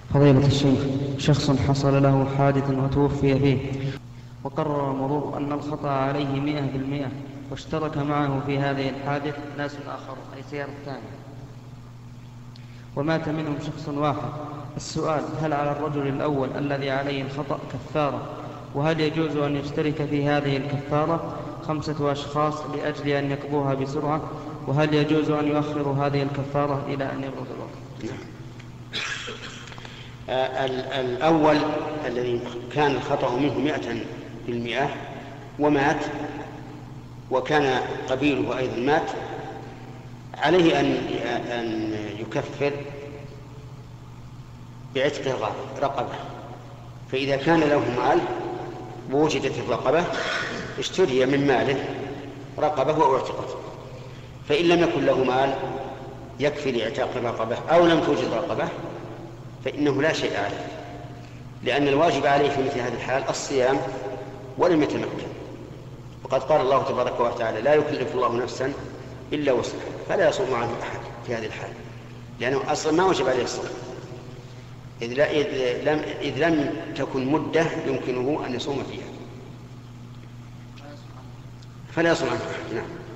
فضيلة الشيخ، شخص حصل له حادث وتوفي فيه، وقرر المرور أن الخطأ عليه 100%، واشترك معه في هذه الحادث ناس آخرون أي سيارة ثانية، ومات منهم شخص واحد. السؤال: هل على الرجل الأول الذي عليه الخطأ كفارة؟ وهل يجوز أن يشترك في هذه الكفارة 5 أشخاص لأجل أن يقضوها بسرعة؟ وهل يجوز أن يؤخر هذه الكفارة إلى أن يبلغ الوقت؟ الأول الذي كان الخطأ منه 100% ومات، وكان قبيله أيضا مات، عليه أن يكفر بعتق رقبة. فإذا كان له مال ووجدت الرقبة اشتري من ماله رقبة واعتقت. فإن لم يكن له مال يكفي لاعتاق الرقبة أو لم توجد رقبة فإنه لا شيء عليه، لأن الواجب عليه في مثل هذه الحال الصيام ولم يتمكن. وقد قال الله تبارك وتعالى: لا يكلف الله نفسا إلا وسعها، فلا يصوم عنه أحد في هذه الحال، لأنه أصلا ما وجب عليه الصوم، إذ لم تكن مدة يمكنه أن يصوم فيها، فلا يصوم عنه أحد. نعم.